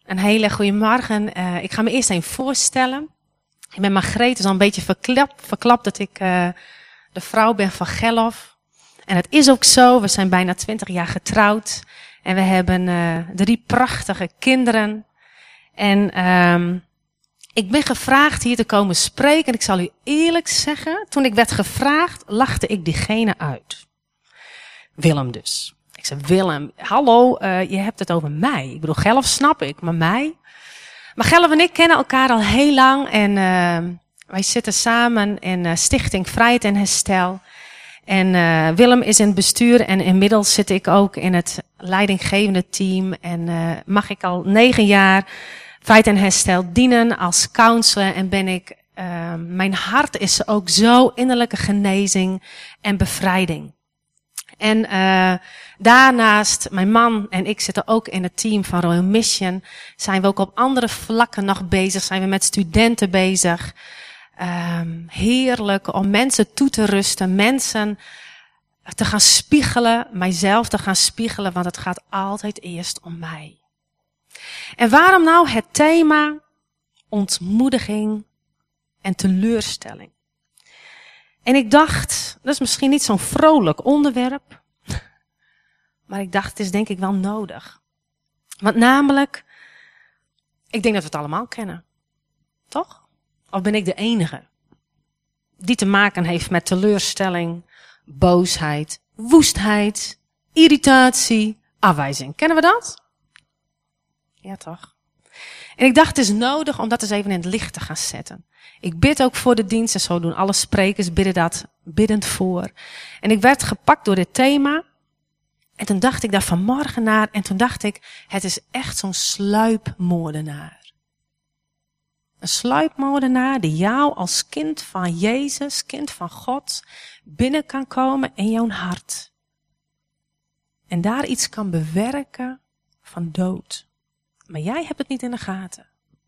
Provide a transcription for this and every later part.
Een hele goede morgen. Ik ga me eerst even voorstellen. Ik ben Margreet, het is al een beetje verklapt dat ik de vrouw ben van Gerlof. En het is ook zo, we zijn bijna 20 jaar getrouwd. En we hebben 3 prachtige kinderen. En ik ben gevraagd hier te komen spreken. En ik zal u eerlijk zeggen, toen ik werd gevraagd, lachte ik diegene uit. Willem dus. Ik zei, Willem, hallo, je hebt het over mij. Ik bedoel, Gerlof snap ik, maar mij? Maar Gerlof en ik kennen elkaar al heel lang. En wij zitten samen in Stichting Vrijheid en Herstel. En Willem is in het bestuur en inmiddels zit ik ook in het leidinggevende team. En mag ik al 9 jaar Vrijheid en Herstel dienen als counselor. En ben ik, mijn hart is ook zo innerlijke genezing en bevrijding. En daarnaast, mijn man en ik zitten ook in het team van Royal Mission. Zijn we ook op andere vlakken nog bezig. Zijn we met studenten bezig. Heerlijk om mensen toe te rusten. Mensen te gaan spiegelen. Mijzelf te gaan spiegelen. Want het gaat altijd eerst om mij. En waarom nou het thema ontmoediging en teleurstelling? En ik dacht, dat is misschien niet zo'n vrolijk onderwerp. Maar ik dacht, het is denk ik wel nodig. Want namelijk, ik denk dat we het allemaal kennen. Toch? Of ben ik de enige die te maken heeft met teleurstelling, boosheid, woestheid, irritatie, afwijzing. Kennen we dat? Ja, toch? En ik dacht, het is nodig om dat eens even in het licht te gaan zetten. Ik bid ook voor de dienst en zo doen alle sprekers bidden dat biddend voor. En ik werd gepakt door dit thema. En toen dacht ik daar vanmorgen naar en toen dacht ik, het is echt zo'n sluipmoordenaar. Een sluipmoordenaar die jou als kind van Jezus, kind van God, binnen kan komen in jouw hart. En daar iets kan bewerken van dood. Maar jij hebt het niet in de gaten.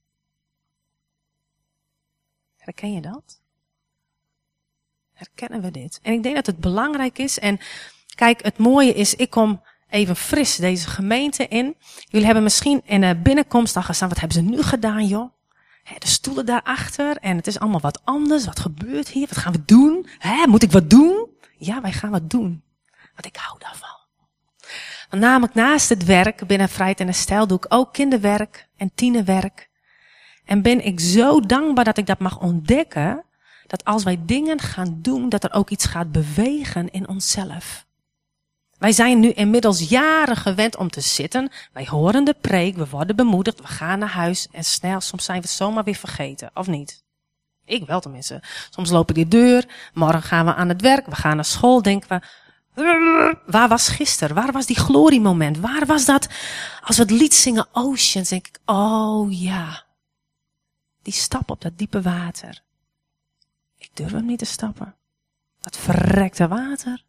Herken je dat? Herkennen we dit? En ik denk dat het belangrijk is. En kijk, het mooie is, ik kom even fris deze gemeente in. Jullie hebben misschien in de binnenkomst al gestaan. Wat hebben ze nu gedaan, joh? De stoelen daarachter. En het is allemaal wat anders. Wat gebeurt hier? Wat gaan we doen? Moet ik wat doen? Ja, wij gaan wat doen. Want ik hou daarvan. Want namelijk naast het werk binnen Vrijheid en Herstel doe ik ook kinderwerk en tienerwerk. En ben ik zo dankbaar dat ik dat mag ontdekken. Dat als wij dingen gaan doen, dat er ook iets gaat bewegen in onszelf. Wij zijn nu inmiddels jaren gewend om te zitten. Wij horen de preek, we worden bemoedigd, we gaan naar huis. En snel, soms zijn we het zomaar weer vergeten, of niet? Ik wel tenminste. Soms lopen die deur, morgen gaan we aan het werk, we gaan naar school, denken we... Waar was gisteren? Waar was die gloriemoment? Waar was dat? Als we het lied zingen Oceans, denk ik, oh ja. Die stap op dat diepe water. Ik durf hem niet te stappen. Dat verrekte water.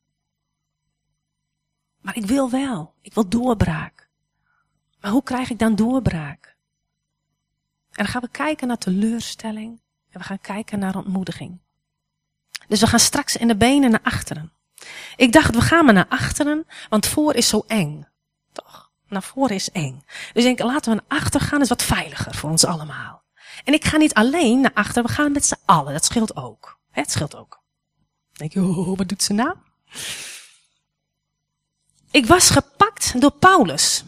Maar ik wil wel. Ik wil doorbraak. Maar hoe krijg ik dan doorbraak? En dan gaan we kijken naar teleurstelling. En we gaan kijken naar ontmoediging. Dus we gaan straks in de benen naar achteren. Ik dacht, we gaan maar naar achteren, want voor is zo eng. Toch? Naar voren is eng. Dus ik denk, laten we naar achter gaan, is wat veiliger voor ons allemaal. En ik ga niet alleen naar achter, we gaan met z'n allen. Dat scheelt ook. Het scheelt ook. Dan denk je, oh, wat doet ze nou? Ik was gepakt door Paulus.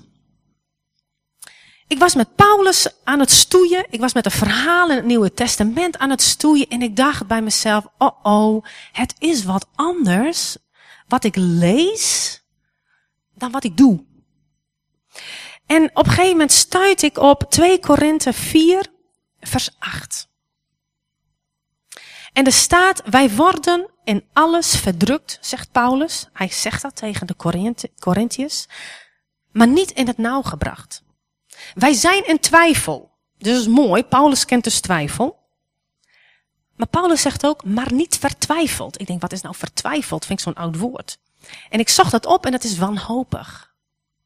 Ik was met Paulus aan het stoeien. Ik was met de verhalen in het Nieuwe Testament aan het stoeien. En ik dacht bij mezelf, het is wat anders wat ik lees dan wat ik doe. En op een gegeven moment stuit ik op 2 Korinthe 4, vers 8. En er staat, wij worden in alles verdrukt, zegt Paulus. Hij zegt dat tegen de Korinthiërs, maar niet in het nauw gebracht. Wij zijn in twijfel. Dus dat is mooi, Paulus kent dus twijfel. Maar Paulus zegt ook, maar niet vertwijfeld. Ik denk, wat is nou vertwijfeld? Vind ik zo'n oud woord. En ik zocht dat op en het is wanhopig.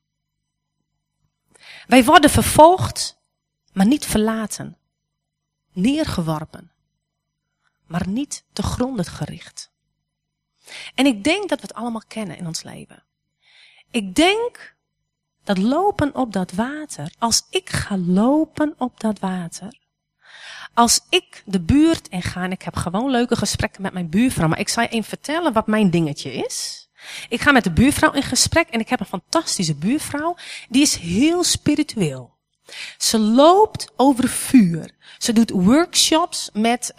Wij worden vervolgd, maar niet verlaten. Neergeworpen, maar niet te gronden gericht. En ik denk dat we het allemaal kennen in ons leven. Ik denk Dat lopen op dat water. Als ik ga lopen op dat water. Als ik de buurt in ga, en ik heb gewoon leuke gesprekken met mijn buurvrouw, maar ik zal je even vertellen wat mijn dingetje is. Ik ga met de buurvrouw in gesprek en ik heb een fantastische buurvrouw. Die is heel spiritueel. Ze loopt over vuur. Ze doet workshops met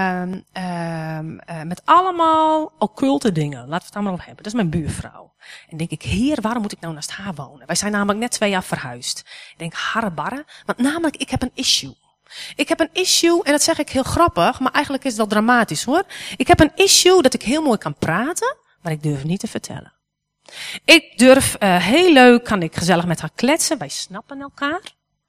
allemaal occulte dingen. Laten we het allemaal over hebben. Dat is mijn buurvrouw. En denk ik, Heer, waarom moet ik nou naast haar wonen? Wij zijn namelijk net 2 jaar verhuisd. Ik denk, harrebarre. Want namelijk, ik heb een issue. Ik heb een issue, en dat zeg ik heel grappig, maar eigenlijk is het wel dramatisch hoor. Ik heb een issue dat ik heel mooi kan praten, maar ik durf niet te vertellen. Ik durf, heel leuk kan ik gezellig met haar kletsen. Wij snappen elkaar.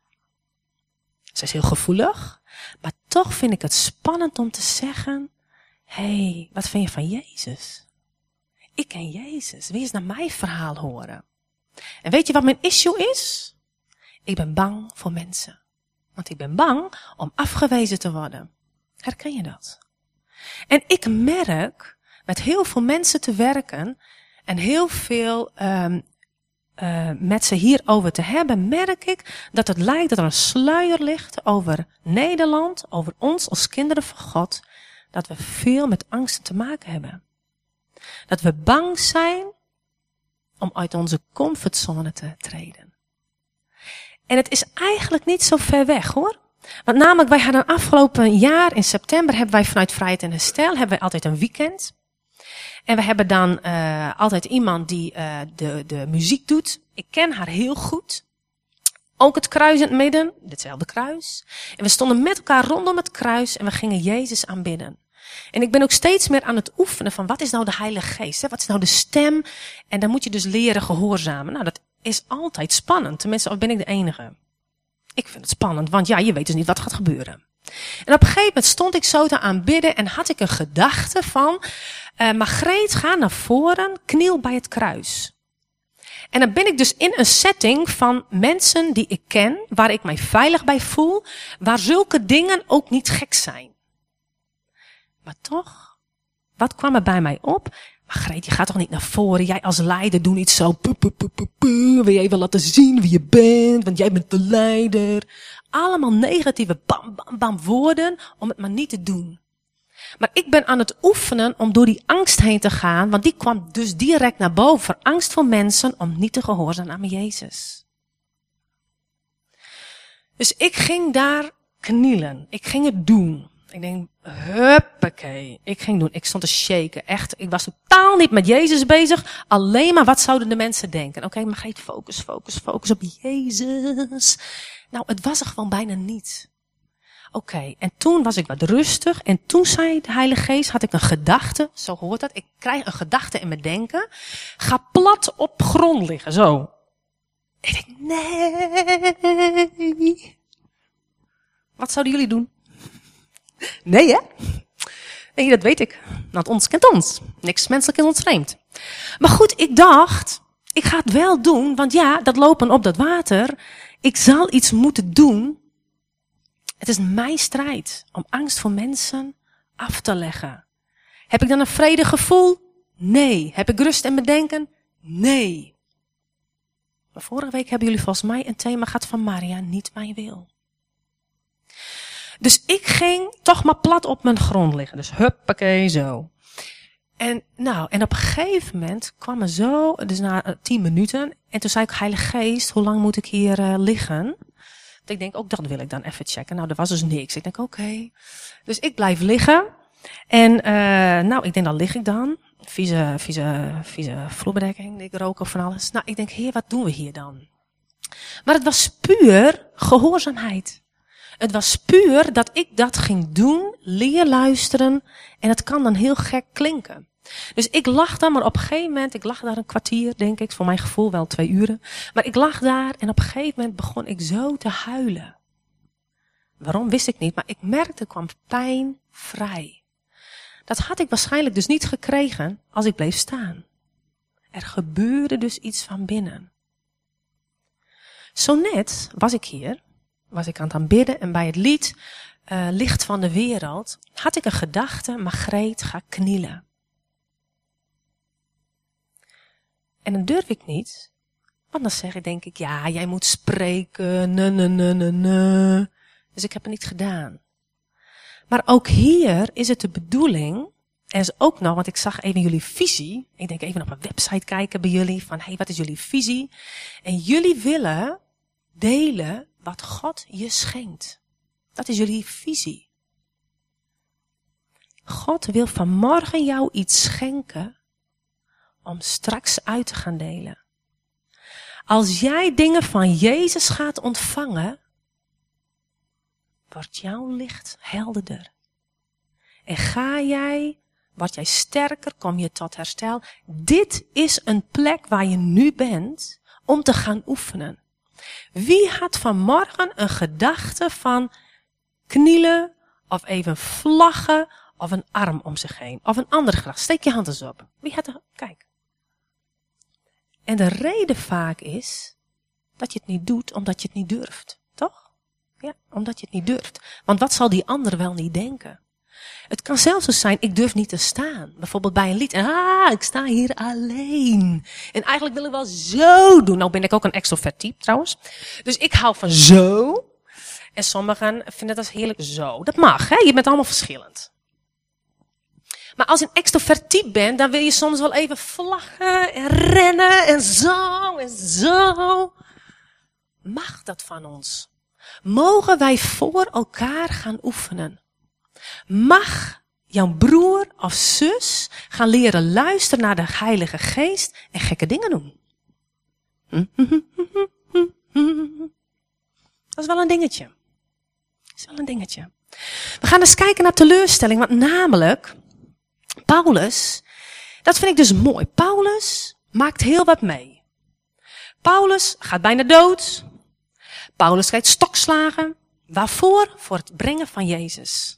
Ze is heel gevoelig. Maar toch vind ik het spannend om te zeggen, hey, wat vind je van Jezus? Ik ken Jezus. Wil je eens naar mijn verhaal horen? En weet je wat mijn issue is? Ik ben bang voor mensen. Want ik ben bang om afgewezen te worden. Herken je dat? En ik merk met heel veel mensen te werken en heel veel met ze hierover te hebben, merk ik dat het lijkt dat er een sluier ligt over Nederland, over ons als kinderen van God, dat we veel met angsten te maken hebben. Dat we bang zijn om uit onze comfortzone te treden. En het is eigenlijk niet zo ver weg hoor. Want namelijk, wij hadden afgelopen jaar in september, hebben wij vanuit Vrijheid en Herstel, hebben wij altijd een weekend. En we hebben dan altijd iemand die de muziek doet. Ik ken haar heel goed. Ook het kruis in het midden, hetzelfde kruis. En we stonden met elkaar rondom het kruis en we gingen Jezus aanbidden. En ik ben ook steeds meer aan het oefenen van wat is nou de Heilige Geest? Hè? Wat is nou de stem? En dan moet je dus leren gehoorzamen. Nou, dat is altijd spannend. Tenminste, of ben ik de enige? Ik vind het spannend, want ja, je weet dus niet wat gaat gebeuren. En op een gegeven moment stond ik zo te aanbidden en had ik een gedachte van, Margreet, ga naar voren, kniel bij het kruis. En dan ben ik dus in een setting van mensen die ik ken, waar ik mij veilig bij voel, waar zulke dingen ook niet gek zijn. Maar toch, wat kwam er bij mij op? Margreet, je gaat toch niet naar voren? Jij als leider doe niet zo. Wil jij even laten zien wie je bent? Want jij bent de leider. Allemaal negatieve bam, bam, bam woorden om het maar niet te doen. Maar ik ben aan het oefenen om door die angst heen te gaan. Want die kwam dus direct naar boven. Voor angst voor mensen om niet te gehoorzamen aan Jezus. Dus ik ging daar knielen. Ik ging het doen. Ik denk, huppakee. Ik ging doen. Ik stond te shaken. Echt, ik was totaal niet met Jezus bezig. Alleen maar wat zouden de mensen denken. Oké, maar geef focus op Jezus. Nou, het was er gewoon bijna niet. Oké, en toen was ik wat rustig. En toen zei de Heilige Geest, had ik een gedachte. Zo hoort dat. Ik krijg een gedachte in mijn denken. Ga plat op grond liggen, zo. Ik denk, nee. Wat zouden jullie doen? Nee, hè? Nee, dat weet ik. Want ons kent ons. Niks menselijk is ons vreemd. Maar goed, ik dacht, ik ga het wel doen. Want ja, dat lopen op dat water. Ik zal iets moeten doen. Het is mijn strijd om angst voor mensen af te leggen. Heb ik dan een vredig gevoel? Nee. Heb ik rust in mijn denken? Nee. Maar vorige week hebben jullie volgens mij een thema gehad van Maria, niet mijn wil. Dus ik ging toch maar plat op mijn grond liggen. Dus huppakee, zo. En op een gegeven moment kwam er zo, dus na 10 minuten. En toen zei ik, Heilige Geest, hoe lang moet ik hier liggen? Ik denk, ook dat wil ik dan even checken. Nou, er was dus niks. Ik denk, oké. Dus ik blijf liggen. En ik denk, dan lig ik dan. Vieze vloerbedekking. Ik rook ook van alles. Nou, ik denk, Heer, wat doen we hier dan? Maar het was puur gehoorzaamheid. Het was puur dat ik dat ging doen, leer luisteren. En het kan dan heel gek klinken. Dus ik lag daar, maar op een gegeven moment, ik lag daar een kwartier, denk ik, voor mijn gevoel wel 2 uren. Maar ik lag daar en op een gegeven moment begon ik zo te huilen. Waarom, wist ik niet, maar ik merkte, er kwam pijn vrij. Dat had ik waarschijnlijk dus niet gekregen als ik bleef staan. Er gebeurde dus iets van binnen. Zo net was ik hier, was ik aan het aanbidden en bij het lied Licht van de Wereld had ik een gedachte, Margreet, ga knielen. En dan durf ik niet, Want dan denk ik, ja, jij moet spreken, nee. Dus ik heb het niet gedaan. Maar ook hier is het de bedoeling, en is ook nog, want ik zag even jullie visie. Ik denk even op een website kijken bij jullie, van hey, wat is jullie visie? En jullie willen delen wat God je schenkt. Dat is jullie visie. God wil vanmorgen jou iets schenken om straks uit te gaan delen. Als jij dingen van Jezus gaat ontvangen, wordt jouw licht helderder. En word jij sterker, kom je tot herstel. Dit is een plek waar je nu bent om te gaan oefenen. Wie had vanmorgen een gedachte van knielen of even vlaggen of een arm om zich heen? Of een andere gedachte. Steek je hand eens op. Wie had er, kijk. En de reden vaak is dat je het niet doet omdat je het niet durft. Toch? Ja, omdat je het niet durft. Want wat zal die ander wel niet denken? Het kan zelfs zo zijn, ik durf niet te staan. Bijvoorbeeld bij een lied. Ik sta hier alleen. En eigenlijk wil ik wel zo doen. Nou ben ik ook een extrovert type trouwens. Dus ik hou van zo. En sommigen vinden dat heerlijk zo. Dat mag, hè? Je bent allemaal verschillend. Maar als je een extrovert type bent, dan wil je soms wel even vlaggen en rennen en zo en zo. Mag dat van ons? Mogen wij voor elkaar gaan oefenen? Mag jouw broer of zus gaan leren luisteren naar de Heilige Geest en gekke dingen doen? Dat is wel een dingetje. Dat is wel een dingetje. We gaan eens kijken naar teleurstelling, want namelijk, Paulus, dat vind ik dus mooi. Paulus maakt heel wat mee. Paulus gaat bijna dood. Paulus krijgt stokslagen. Waarvoor? Voor het brengen van Jezus.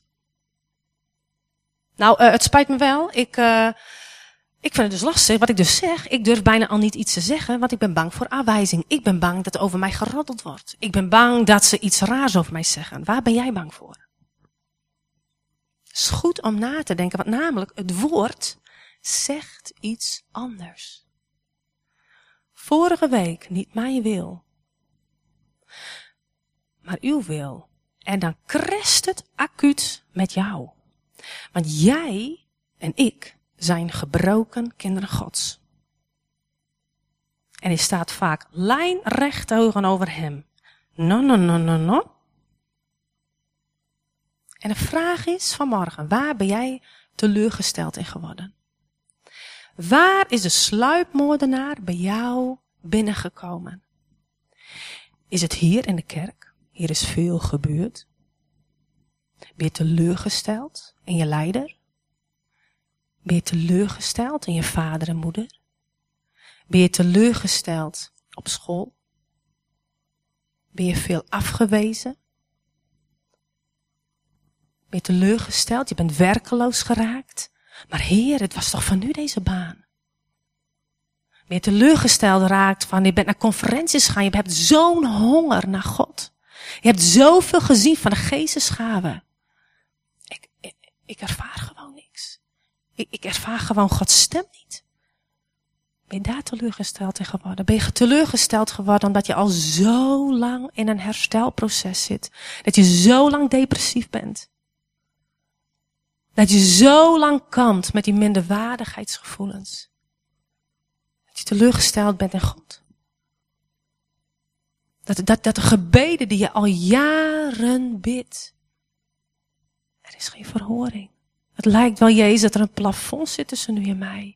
Nou, het spijt me wel. Ik vind het dus lastig. Wat ik dus zeg, ik durf bijna al niet iets te zeggen, want ik ben bang voor afwijzing. Ik ben bang dat er over mij geroddeld wordt. Ik ben bang dat ze iets raars over mij zeggen. Waar ben jij bang voor? Het is goed om na te denken, want namelijk het woord zegt iets anders. Vorige week niet mijn wil, maar uw wil. En dan crasht het acuut met jou. Want jij en ik zijn gebroken kinderen Gods. En hij staat vaak lijnrecht tegenover hem. No. En de vraag is vanmorgen, waar ben jij teleurgesteld in geworden? Waar is de sluipmoordenaar bij jou binnengekomen? Is het hier in de kerk? Hier is veel gebeurd. Ben je teleurgesteld in je leider? Ben je teleurgesteld in je vader en moeder? Ben je teleurgesteld op school? Ben je veel afgewezen? Ben je teleurgesteld? Je bent werkeloos geraakt? Maar Heer, het was toch van u deze baan? Ben je teleurgesteld raakt van je bent naar conferenties gegaan, je hebt zo'n honger naar God. Je hebt zoveel gezien van de geestesgaven. Ik ervaar gewoon niks. Ik ervaar gewoon Gods stem niet. Ben je daar teleurgesteld in geworden? Ben je teleurgesteld geworden omdat je al zo lang in een herstelproces zit? Dat je zo lang depressief bent? Dat je zo lang kampt met die minderwaardigheidsgevoelens? Dat je teleurgesteld bent in God? Dat de gebeden die je al jaren bidt, er is geen verhoring. Het lijkt wel, Jezus, dat er een plafond zit tussen u en mij.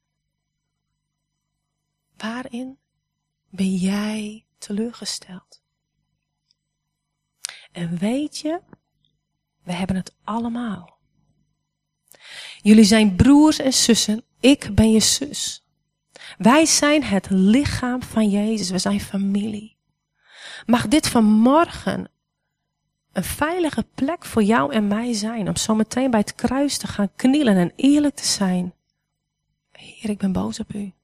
Waarin ben jij teleurgesteld? En weet je, we hebben het allemaal. Jullie zijn broers en zussen, ik ben je zus. Wij zijn het lichaam van Jezus, we zijn familie. Mag dit vanmorgen een veilige plek voor jou en mij zijn, om zo meteen bij het kruis te gaan knielen en eerlijk te zijn. Heer, ik ben boos op u.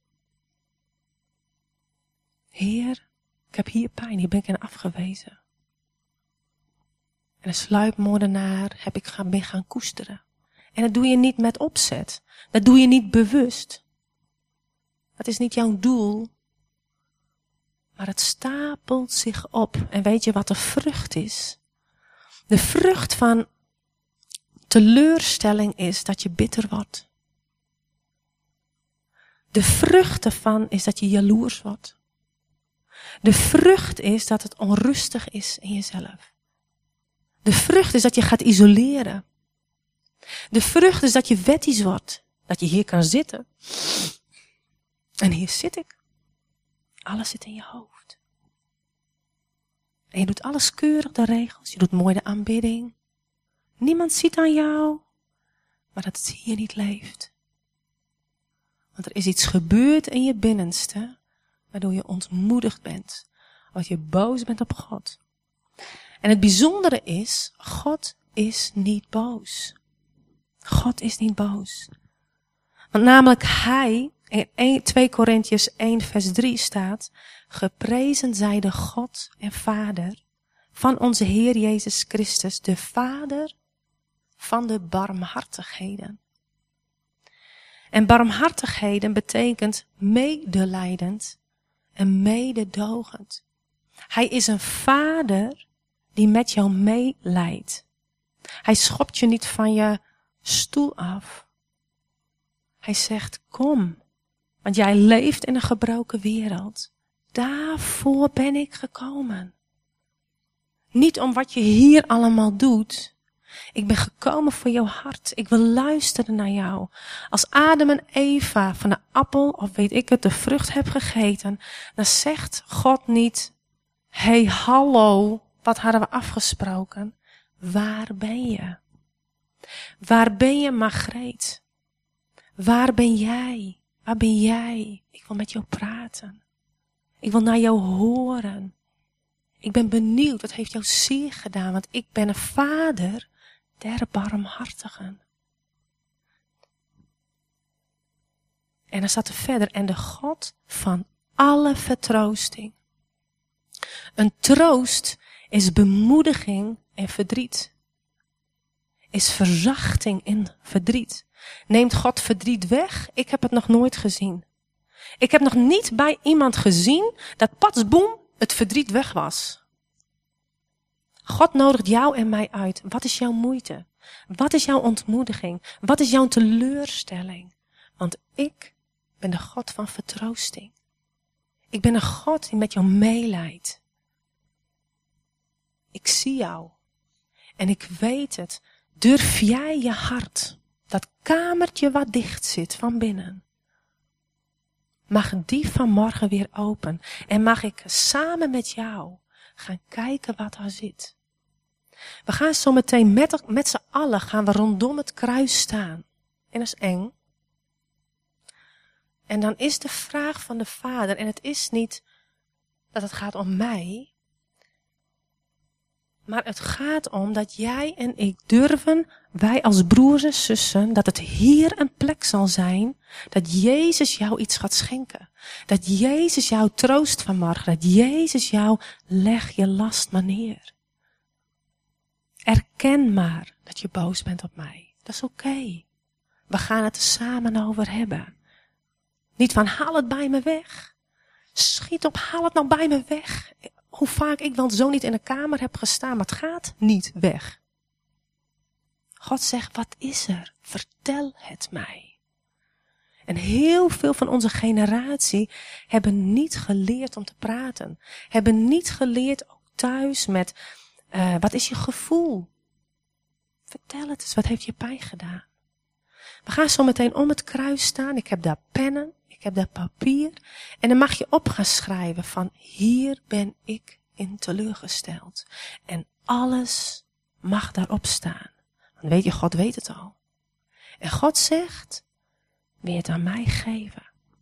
Heer, ik heb hier pijn, hier ben ik in afgewezen. En een sluipmoordenaar ben gaan koesteren. En dat doe je niet met opzet. Dat doe je niet bewust. Dat is niet jouw doel. Maar het stapelt zich op. En weet je wat de vrucht is? De vrucht van teleurstelling is dat je bitter wordt. De vrucht ervan is dat je jaloers wordt. De vrucht is dat het onrustig is in jezelf. De vrucht is dat je gaat isoleren. De vrucht is dat je wettisch wordt. Dat je hier kan zitten. En hier zit ik. Alles zit in je hoofd. En je doet alles keurig, de regels. Je doet mooi de aanbidding. Niemand ziet aan jou. Maar dat het hier niet leeft. Want er is iets gebeurd in je binnenste. Waardoor je ontmoedigd bent. Omdat je boos bent op God. En het bijzondere is, God is niet boos. God is niet boos. Want namelijk hij, in 2 Korintiërs 1 vers 3 staat, geprezen zij de God en Vader van onze Heer Jezus Christus, de Vader van de barmhartigheden. En barmhartigheden betekent medelijdend en mededogend. Hij is een vader die met jou meeleidt. Hij schopt je niet van je stoel af. Hij zegt, kom, want jij leeft in een gebroken wereld. Daarvoor ben ik gekomen. Niet om wat je hier allemaal doet. Ik ben gekomen voor jouw hart. Ik wil luisteren naar jou. Als Adam en Eva van de appel, of weet ik het, de vrucht hebben gegeten, dan zegt God niet, hey, hallo, wat hadden we afgesproken? Waar ben je? Waar ben je, Margreet? Waar ben jij? Waar ben jij? Ik wil met jou praten. Ik wil naar jou horen. Ik ben benieuwd, wat heeft jou zeer gedaan? Want ik ben een vader der barmhartigen. En dan staat er verder, en de God van alle vertroosting. Een troost is bemoediging en verdriet. Is verzachting in verdriet. Neemt God verdriet weg? Ik heb het nog nooit gezien. Ik heb nog niet bij iemand gezien dat patsboem het verdriet weg was. God nodigt jou en mij uit. Wat is jouw moeite? Wat is jouw ontmoediging? Wat is jouw teleurstelling? Want ik ben de God van vertroosting. Ik ben een God die met jou meeleidt. Ik zie jou. En ik weet het. Durf jij je hart, dat kamertje wat dicht zit van binnen, mag die vanmorgen weer open. En mag ik samen met jou gaan kijken wat daar zit. We gaan zo meteen met z'n allen gaan we rondom het kruis staan. En dat is eng. En dan is de vraag van de Vader, en het is niet dat het gaat om mij, maar het gaat om dat jij en ik durven, wij als broers en zussen, dat het hier een plek zal zijn, dat Jezus jou iets gaat schenken. Dat Jezus jou troost vanmorgen, dat Jezus jou leg je last maar neer. Erken maar dat je boos bent op mij. Dat is oké. We gaan het er samen over hebben. Niet van haal het bij me weg. Schiet op, haal het nou bij me weg. Hoe vaak ik wel zo niet in de kamer heb gestaan, maar het gaat niet weg. God zegt, wat is er? Vertel het mij. En heel veel van onze generatie hebben niet geleerd om te praten. Hebben niet geleerd ook thuis met, wat is je gevoel? Vertel het eens, wat heeft je pijn gedaan? We gaan zo meteen om het kruis staan. Ik heb daar pennen, ik heb daar papier. En dan mag je op gaan schrijven van, hier ben ik in teleurgesteld. En alles mag daarop staan. Want weet je, God weet het al. En God zegt, wil je het aan mij geven?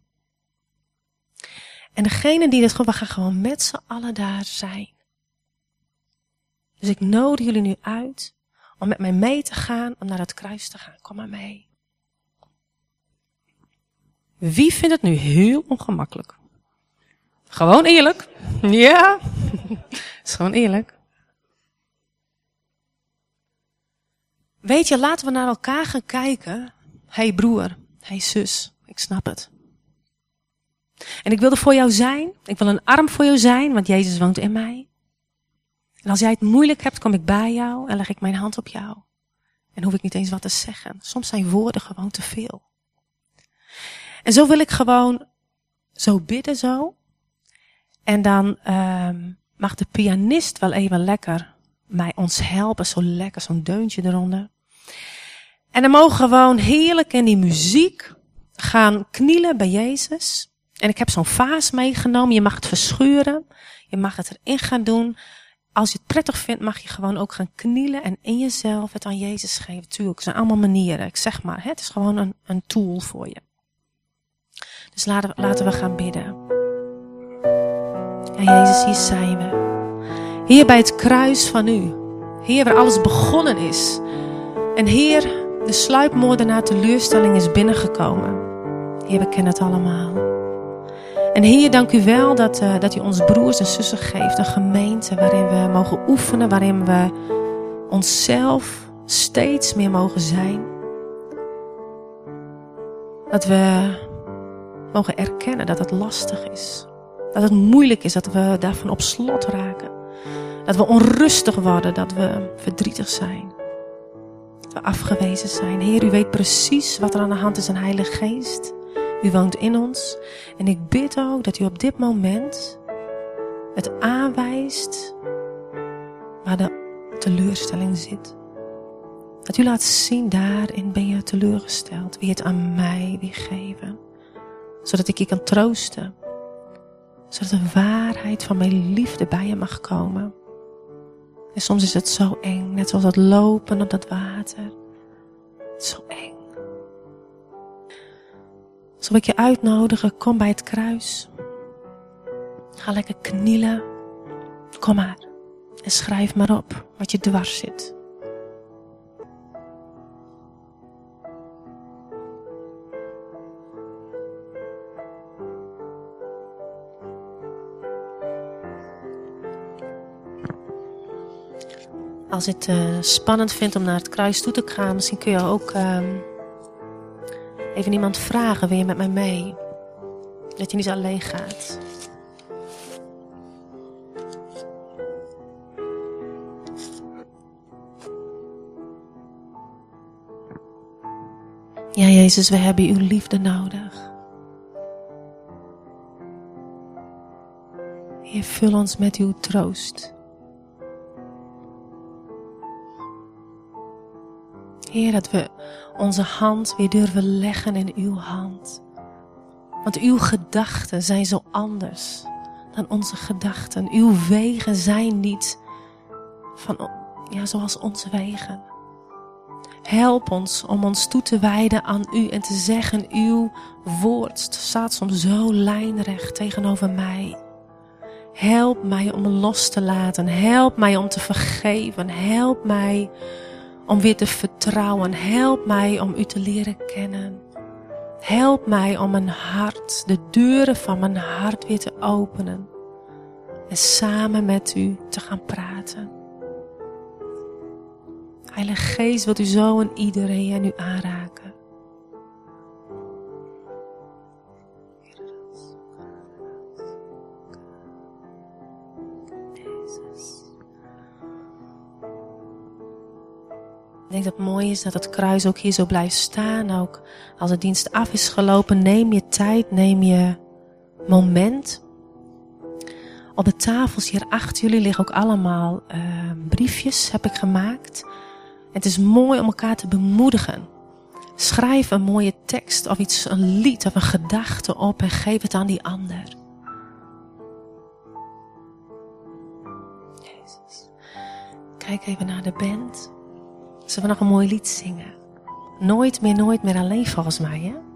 En degene die dit gewoon, we gaan gewoon met z'n allen daar zijn. Dus ik nodig jullie nu uit om met mij mee te gaan, om naar het kruis te gaan. Kom maar mee. Wie vindt het nu heel ongemakkelijk? Gewoon eerlijk. Ja, is gewoon eerlijk. Weet je, laten we naar elkaar gaan kijken. Hey broer, hey zus, ik snap het. En ik wil er voor jou zijn. Ik wil een arm voor jou zijn, want Jezus woont in mij. En als jij het moeilijk hebt, kom ik bij jou en leg ik mijn hand op jou. En hoef ik niet eens wat te zeggen. Soms zijn woorden gewoon te veel. En zo wil ik gewoon zo bidden zo. En dan mag de pianist wel even lekker ons helpen. Zo lekker, zo'n deuntje eronder. En dan mogen we gewoon heerlijk in die muziek gaan knielen bij Jezus. En ik heb zo'n vaas meegenomen. Je mag het verschuren. Je mag het erin gaan doen. Als je het prettig vindt, mag je gewoon ook gaan knielen en in jezelf het aan Jezus geven. Tuurlijk, het zijn allemaal manieren. Ik zeg maar, het is gewoon een tool voor je. Dus laten we gaan bidden. Ja, Jezus, hier zijn we. Hier bij het kruis van u. Heer, waar alles begonnen is. En Heer, de sluipmoordenaar teleurstelling is binnengekomen. Heer, we kennen het allemaal. En Heer, dank u wel dat u ons broers en zussen geeft. Een gemeente waarin we mogen oefenen. Waarin we onszelf steeds meer mogen zijn. Dat we mogen erkennen dat het lastig is. Dat het moeilijk is. Dat we daarvan op slot raken. Dat we onrustig worden. Dat we verdrietig zijn. Dat we afgewezen zijn. Heer, u weet precies wat er aan de hand is in Heilige Geest. U woont in ons. En ik bid ook dat u op dit moment het aanwijst waar de teleurstelling zit. Dat u laat zien, daarin ben je teleurgesteld. Wil je het aan mij weer geven. Zodat ik je kan troosten. Zodat de waarheid van mijn liefde bij je mag komen. En soms is het zo eng. Net zoals dat lopen op dat water. Het is zo eng. Zal ik je uitnodigen, kom bij het kruis. Ga lekker knielen. Kom maar. En schrijf maar op wat je dwars zit. Als je het spannend vindt om naar het kruis toe te gaan, misschien kun je ook even iemand vragen, wil je met mij mee? Dat je niet alleen gaat. Ja, Jezus, we hebben uw liefde nodig. Heer, vul ons met uw troost. Heer, dat we onze hand weer durven leggen in uw hand. Want uw gedachten zijn zo anders dan onze gedachten. Uw wegen zijn niet zoals onze wegen. Help ons om ons toe te wijden aan u en te zeggen, uw woord staat soms zo lijnrecht tegenover mij. Help mij om los te laten. Help mij om te vergeven. Help mij om weer te vertrouwen. Help mij om u te leren kennen. Help mij om mijn hart, de deuren van mijn hart weer te openen. En samen met u te gaan praten. Heilige Geest, wilt u zo en iedereen nu aanraken. Ik denk dat het mooi is dat het kruis ook hier zo blijft staan. Ook als de dienst af is gelopen, neem je tijd, neem je moment. Op de tafels hier achter jullie liggen ook allemaal briefjes, heb ik gemaakt. En het is mooi om elkaar te bemoedigen. Schrijf een mooie tekst of iets, een lied of een gedachte op en geef het aan die ander. Jezus. Kijk even naar de band. Zullen we nog een mooi lied zingen? Nooit meer alleen volgens mij, hè?